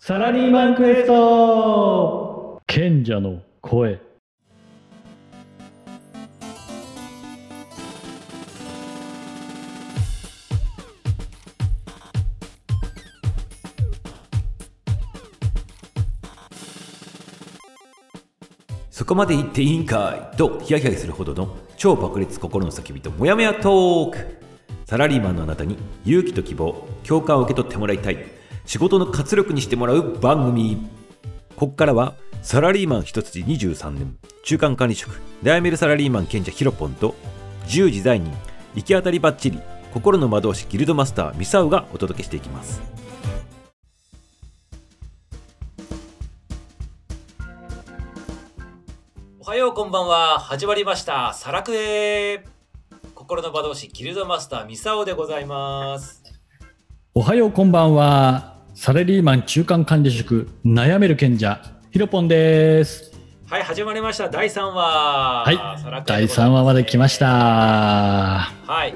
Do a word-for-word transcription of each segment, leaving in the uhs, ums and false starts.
サラリーマンクエスト賢者の声。 そこまで言っていいんかいとヒヤヒヤするほどの超爆裂心の叫びとモヤモヤトーク。サラリーマンのあなたに勇気と希望、共感を受け取ってもらいたい、仕事の活力にしてもらう番組。ここからはサラリーマン一筋にじゅうさんねん、中間管理職、悩めるサラリーマン賢者ヒロポンと自由自在人、行き当たりばっちり心の魔導士ギルドマスターミサウがお届けしていきます。 おはようこんばんは。始まりましたサラクエ、心の魔導士ギルドマスターミサオでございます。 おはようこんばんは。サラリーマン中間管理職、悩める賢者ヒロポンです。 はい、始まりましただいさんわ。 はい、だいさんわまで来ました。 はい、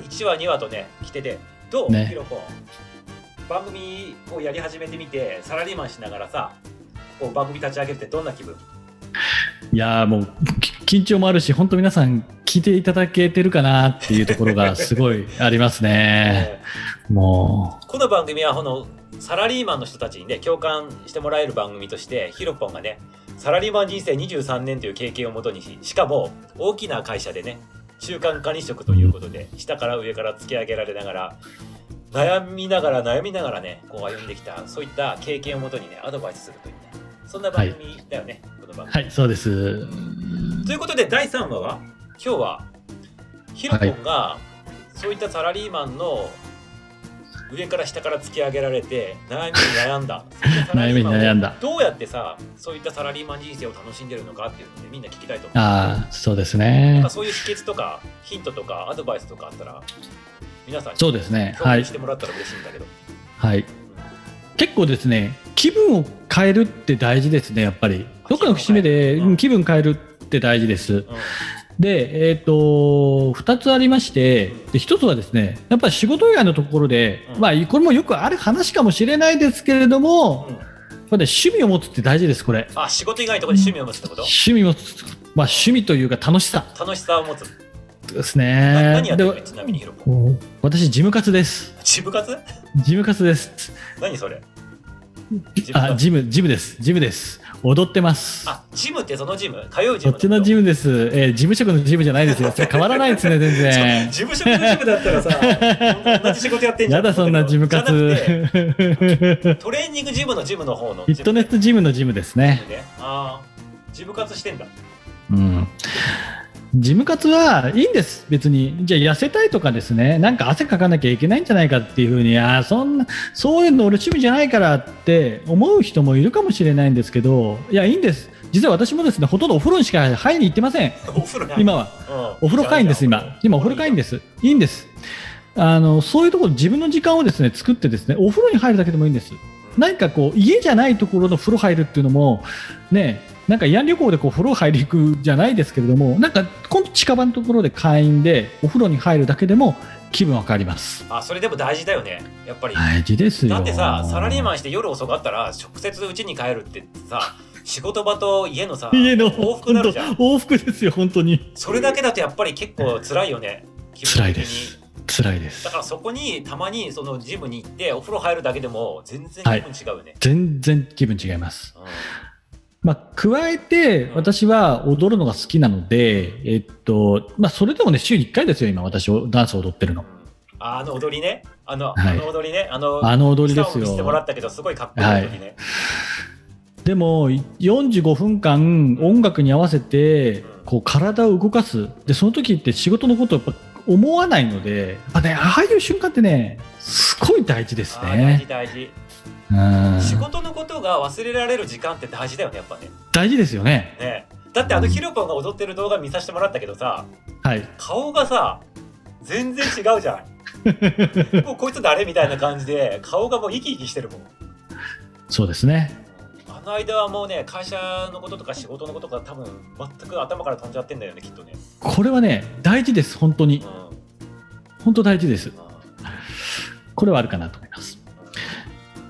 いちわにわとね来てて、どう、ね、ヒロポン番組をやり始めてみて、サラリーマンしながらさ、こう番組立ち上げるってどんな気分？ いやもう緊張もあるし、本当皆さん聞いていただけてるかなっていうところがすごいありますね。もうこの番組はこのサラリーマンの人たちにね共感してもらえる番組として、ヒロポンがねサラリーマン人生にじゅうさんねんという経験をもとにし、しかも大きな会社でね中間管理職ということで、下から上から突き上げられながら悩みながら悩みながらねこう歩んできた、そういった経験をもとにねアドバイスするというね、そんな番組だよね、はい、この番組。 はい、そうです。 ということでだいさんわは今日はヒロポンがそういったサラリーマンの上から下から突き上げられて悩みに悩んだ悩みに悩んだどうやってさそういったサラリーマン人生を楽しんでるのかっていうのでみんな聞きたいと思う。 ああ、そうですね。 なんかそういう秘訣とかヒントとかアドバイスとかあったら皆さんにそうですね、 共有してもらったら嬉しいんだけど。 はい、はい、結構ですね気分を変えるって大事ですね。やっぱりどっかの節目で気分,、うん、気分変えるって大事です、うん。で、えーと、ふたつありまして、でひとつはですね、やっぱり仕事以外のところで、うん、まあ、これもよくある話かもしれないですけれども、うん、まあね、趣味を持つって大事です。これあ、仕事以外のところで趣味を持つってこと？ 趣味を持つ、まあ、趣味というか楽しさ楽しさを持つですね。 何やってるの？ちなみにヒロポン。 私事務活です。 事務活？ 事務活です。 何それ？ あ、ジム、ジムです。ジムです。踊ってます。 あ、ジムってそのジム？通うジム？ こっちのジムです。えー、事務職のジムじゃないですよ。それ変わらないですね、全然。 事務職のジムだったらさ、同じ仕事やってんじゃん。 やだ、そんな事務活。トレーニングジムのジムの方の。 フィットネスジムのジムですね。 ああ、事務活してんだ。 うん。事務活はいいんです、別に。じゃあ痩せたいとかですね、なんか汗かかなきゃいけないんじゃないかっていうふうに、あそんなそういうの俺趣味じゃないからって思う人もいるかもしれないんですけど、いやいいんです。実は私もですね、ほとんどお風呂にしか入りに行ってません。 お風呂今は、うん、お風呂会員です。今今お風呂会員です。いいんです。あのそういうところ自分の時間をですね作ってですね、お風呂に入るだけでもいいんです。何かこう家じゃないところの風呂入るっていうのもね、なんか慰安旅行でこう風呂入り行くじゃないですけれども、なんか今度近場のところで会員でお風呂に入るだけでも気分は変わります。 あ、それでも大事だよね、やっぱり。 大事ですよ。 だってさ、サラリーマンして夜遅かったら直接家に帰るってさ、仕事場と家のさ家の往復になるじゃん。 往復ですよ、本当に。 それだけだとやっぱり結構辛いよね。 辛いです。辛いです。 だからそこにたまにそのジムに行ってお風呂入るだけでも全然気分違うよね。はい、 全然気分違います。うん、まあ、加えて私は踊るのが好きなので、うん、えっとまあ、それでもね週にいっかいですよ今私ダンス踊ってるの。 あの踊りね、あの、 はい、 あの踊りね、あのあの踊りですよ。 見せてもらったけどすごいかっこいい踊りね。はい、 でもよんじゅうごふんかん音楽に合わせてこう体を動かす。でその時って仕事のことをやっぱ思わないので、やっぱね、ああいう瞬間ってねすごい大事ですね。 大事大事。うん、仕事のことが忘れられる時間って大事だよね、やっぱね。 大事ですよ ね, ね。だってあのヒロポンが踊ってる動画見させてもらったけどさ、 はい、 顔がさ全然違うじゃん。もうこいつ誰みたいな感じで顔がもう生き生きしてるもん。 そうですね。 あの間はもうね、会社のこととか仕事のことが多分全く頭から飛んじゃってんだよね、きっとね。 これはね大事です、本当に、うん、本当大事です、うん、これはあるかなと思います。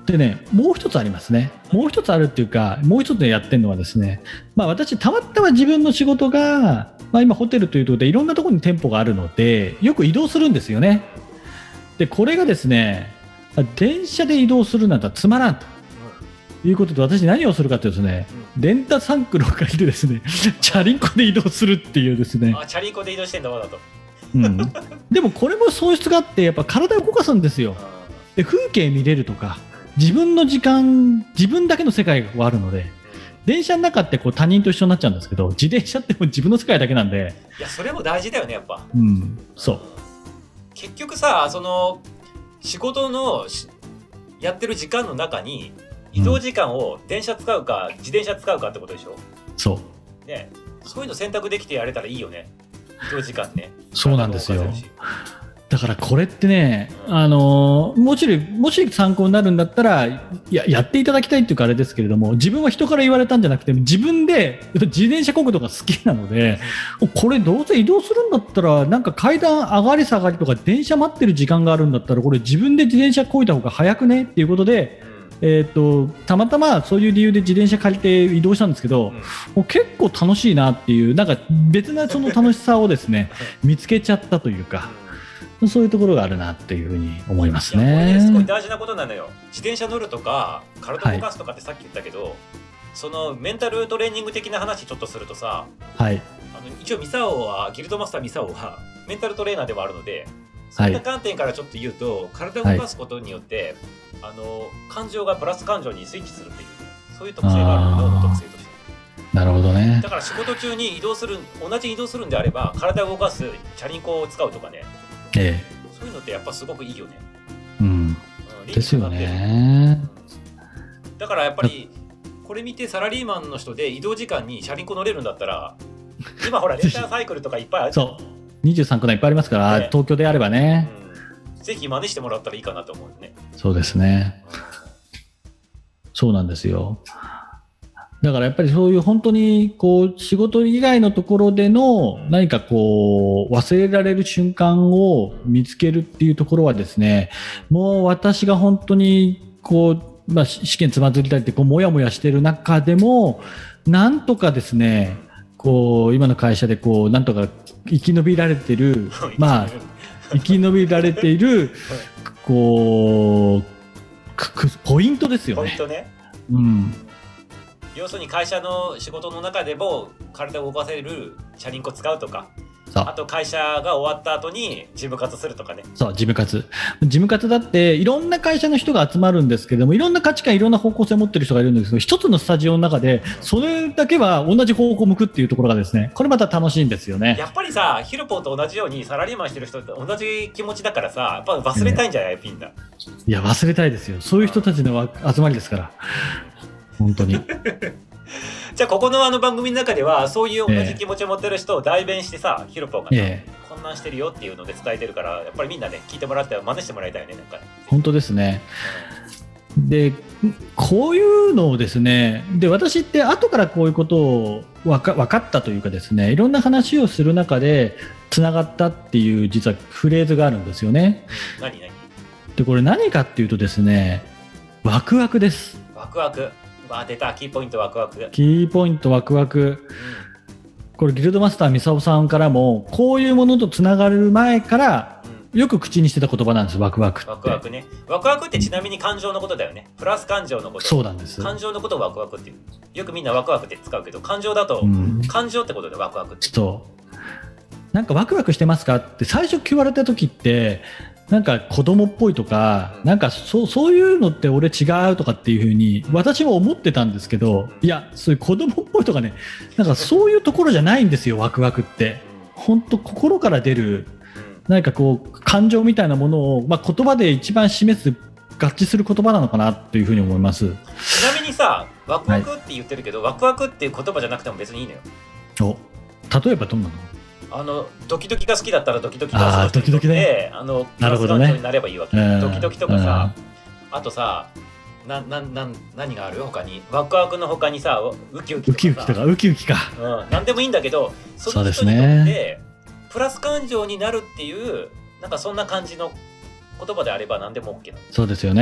でね、もう一つありますね。もう一つあるっていうか、もう一つでやってるのはですね、まあ、私たまたま自分の仕事が、まあ、今ホテルというところでいろんなところに店舗があるのでよく移動するんですよね。でこれがですね、電車で移動するなんてつまらんということで、私何をするかというとですね、レンタサイクルを借りてですね、チャリンコで移動するっていうですね。 あ、チャリンコで移動してんだわだと。 うん、でもこれも損失があって、やっぱ体を動かすんですよ。で風景見れるとか、自分の時間、自分だけの世界があるので、電車の中ってこう他人と一緒になっちゃうんですけど、自転車ってもう自分の世界だけなんで。 いや、それも大事だよね、やっぱ。 うん、そう。 結局さ、その仕事のやってる時間の中に移動時間を電車使うか、うん、自転車使うかってことでしょ。 そう。 ね、そういうの選択できてやれたらいいよね。移動時間ね。 そうなんですよ。だからこれってね、うん、あのもしもし参考になるんだったら や, やっていただきたいっていうかあれですけれども、自分は人から言われたんじゃなくて自分で自転車こぐとか好きなので、うん、これどうせ移動するんだったらなんか階段上がり下がりとか電車待ってる時間があるんだったらこれ自分で自転車こいだ方が早くねっていうことで、うん、えー、とたまたまそういう理由で自転車借りて移動したんですけど、うん、もう結構楽しいなっていう、なんか別なその楽しさをですね見つけちゃったというか、そういうところがあるなっていうふうに思いますね。 いや、これね、すごい大事なことなのよ。自転車乗るとか体を動かすとかってさっき言ったけど、はい、そのメンタルトレーニング的な話ちょっとするとさ、はい、あの一応ミサオはギルドマスターミサオはメンタルトレーナーでもあるので、そんな観点からちょっと言うと、はい、体を動かすことによって、はい、あの感情がプラス感情にスイッチするっていう、そういう特性があるの、脳の特性として。 なるほどね。 だから仕事中に移動する、同じ移動するんであれば体を動かすチャリンコを使うとかね、ええ、そういうのってやっぱすごくいいよね。 うん、うん、ですよね。 うん、だからやっぱりこれ見てサラリーマンの人で移動時間にチャリンコ乗れるんだったら、今ほらレンターサイクルとかいっぱいある。 そう、にじゅうさんこだいいっぱいありますから、ね、東京であればね、 うん、ぜひ真似してもらったらいいかなと思うね。 そうですね、うん、そうなんですよ。だからやっぱりそういう本当にこう仕事以外のところでの何かこう忘れられる瞬間を見つけるっていうところはですね、もう私が本当にこう、まあ、試験つまずいたりってこうモヤモヤしてる中でもなんとかですね、こう今の会社でこうなんとか生き延びられてるまあ生き延びられているこうポイントですよね。 ポイントね。 うん。 要するに会社の仕事の中でも体を動かせるチャリンコ使うとか、あと会社が終わった後に事務活するとかね。そう、 事務活事務活だっていろんな会社の人が集まるんですけども、いろんな価値観いろんな方向性を持ってる人がいるんですけど、一つのスタジオの中でそれだけは同じ方向を向くっていうところがですね、これまた楽しいんですよね。 やっぱりさ、ヒロポンと同じようにサラリーマンしてる人と同じ気持ちだからさ、やっぱ忘れたいんじゃない、みんな。いや忘れたいですよ。そういう人たちの集まりですから本当にじゃあここのあの番組の中ではそういう同じ気持ちを持ってる人を代弁してさ、ヒロポンがさ、えー、こんなんしてるよっていうので伝えてるから、やっぱりみんなね聞いてもらって真似してもらいたいね。なんか本当ですね。でこういうのをですね、で私って後からこういうことを分か、分かったというかですね、いろんな話をする中でつながったっていう実はフレーズがあるんですよね。 何何でこれ何かっていうとですね、ワクワクです。 ワクワク、あ、出た、キーポイントワクワク。 キーポイントワクワク、うん、これギルドマスターミサオさんからもこういうものとつながる前からよく口にしてた言葉なんです。ワクワクって。 ワクワクね。ワクワクってちなみに感情のことだよね。プラス感情のこと。 そうなんです。 感情のことをワクワクっていう。よくみんなワクワクって使うけど、感情だと感情ってことでワクワクって。 そう。なんかワクワクしてますかって最初言われた時ってなんか子供っぽいとか、うん、なんかそ う, そういうのって俺違うとかっていう風に私も思ってたんですけど、うん、いやそういう子供っぽいとかね、なんかそういうところじゃないんですよ。ワクワクって本当心から出る何かこう感情みたいなものを、まあ、言葉で一番示す合致する言葉なのかなという風に思います。ちなみにさ、ワクワクって言ってるけど、はい、ワクワクっていう言葉じゃなくても別にいいのよ。 お、例えばどんなの？ あのドキドキが好きだったらドキドキが好きで、ね、あのなるほどね、 になればいいわけ、えー、ドキドキとかさ、あとさ、ななな何がある？他にワクワクの他にさ、ウキウキとかさ、ウキウキとかウキウキか、 うん、何でもいいんだけど、その人にとってプラス感情になるっていう、なんかそんな感じの言葉であれば何でも OK なの。 そうですよね。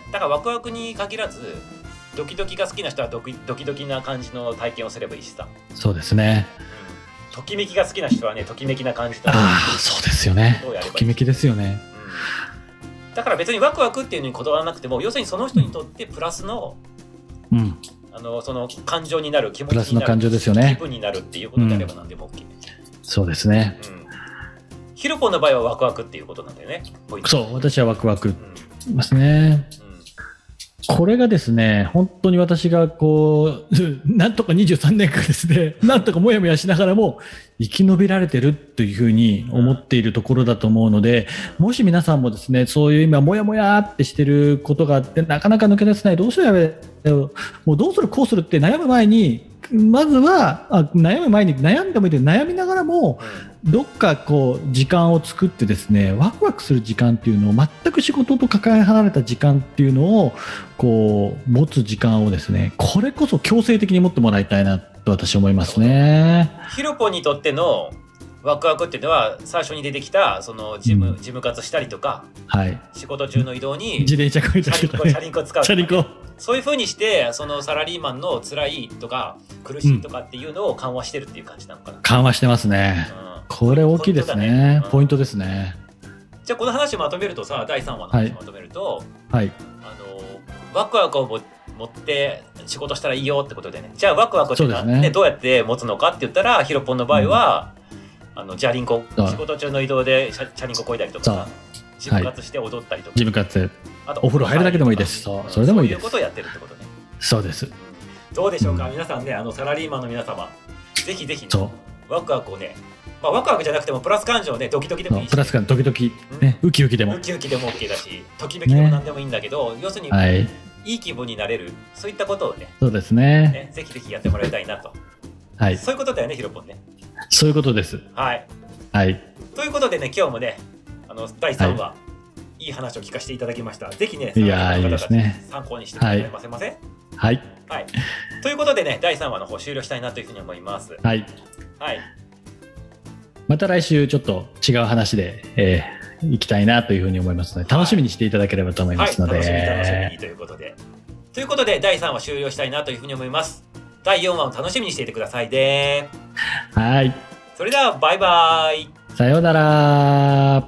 だからワクワクに限らずドキドキが好きな人はドキドキドキな感じの体験をすればいいしさ、 そうですね。 うん、ときめきが好きな人はねときめきな感じだああそうですよね。ときめきですよね、 うん、だから別にワクワクっていうのにこだわらなくても要するにその人にとってプラスの、うん、あのその感情になる気持ちになるプラスの感情ですよね。気分になるっていうことであれば何でも OK、うん、 そうですね、 うん、ヒロポンの場合はワクワクっていうことなんだよね。 そう私はワクワクいますね、うんこれがですね、本当に私がこう、なんとかにじゅうさんねんかんですね、なんとかもやもやしながらも生き延びられてるというふうに思っているところだと思うので、もし皆さんもですね、そういう今もやもやってしてることがあって、なかなか抜け出せない、どうしようもうどうするこうするって悩む前に、まずはあ悩む前に悩んでもいいけど悩みながらもどっかこう時間を作ってですねワクワクする時間っていうのを全く仕事と抱え離れた時間っていうのをこう持つ時間をですねこれこそ強制的に持ってもらいたいなと私は思いますね。 ヒロポにとってのワクワクっていうのは最初に出てきたそのジム、うん、ジム活したりとか、はい、仕事中の移動に自転車こいたりとか、ね、 チャリンコ使うとか、ね、チャリンコそういう風にしてそのサラリーマンの辛いとか苦しいとかっていうのを緩和してるっていう感じなのかな、うん、 緩和してますね、うん、これ大きいですね、ねうん、ポイントですね。 じゃあこの話をまとめるとさだいさんわの話をまとめると、はい、あのワクワクを持って仕事したらいいよってことでねじゃあワクワクってのは、ねね、どうやって持つのかって言ったらヒロポンの場合は、うん、あのチャリンコ仕事中の移動でチャリンコこいだりとかジム活して踊ったりとか、はい、 ジム活あとお風呂入るだけでもいいです。そう、それでもいいです。 そういうことをやってるってことね。 そうです。 どうでしょうか、うん、皆さんね、あのサラリーマンの皆様、ぜひぜひ、ね、ワクワクをね、まあ、ワクワクじゃなくてもプラス感情ね、ドキドキでもいいし、 プラス感ドキドキ、ね、ウキウキでも、 ウキウキでも OK だし、ときめきでも何でもいいんだけど、ね、要するに、はい、いい気分になれる、そういったことをね、 そうですね。 ねぜひぜひやってもらいたいなと。はい。そういうことだよね、ヒロポンね。 そういうことです。 はい。 はい。 ということでね、今日もね、あのだいさんわ。はいいい話を聞かせていただきました。ぜひね、 いやいいですね、 参考にしてくださいませません。 はい、 はい。ということでね、だいさんわの方終了したいなというふうに思います。 はい。 はい。 また来週ちょっと違う話で、えー、行きたいなというふうに思いますので、楽しみにしていただければと思いますので、 はいはい、楽しみ楽しみにということで、ということでだいさんわ終了したいなというふうに思います。だいよんわを楽しみにしていてくださいね。 はい。 それではバイバイ。 さようなら。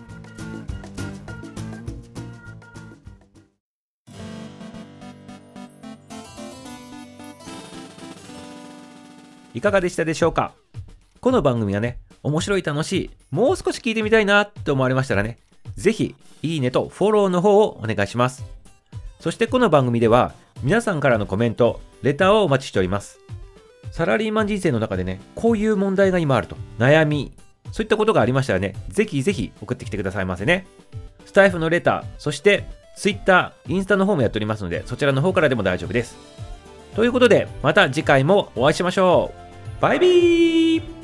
いかがでしたでしょうか。この番組はね、面白い楽しい、もう少し聞いてみたいなと思われましたらね、ぜひいいねとフォローの方をお願いします。そしてこの番組では皆さんからのコメント、レターをお待ちしております。サラリーマン人生の中でね、こういう問題が今あると、悩み、そういったことがありましたらね、ぜひぜひ送ってきてくださいませね。スタイフのレター、そしてツイッター、インスタの方もやっておりますので、そちらの方からでも大丈夫です。ということで、また次回もお会いしましょう。バイビー。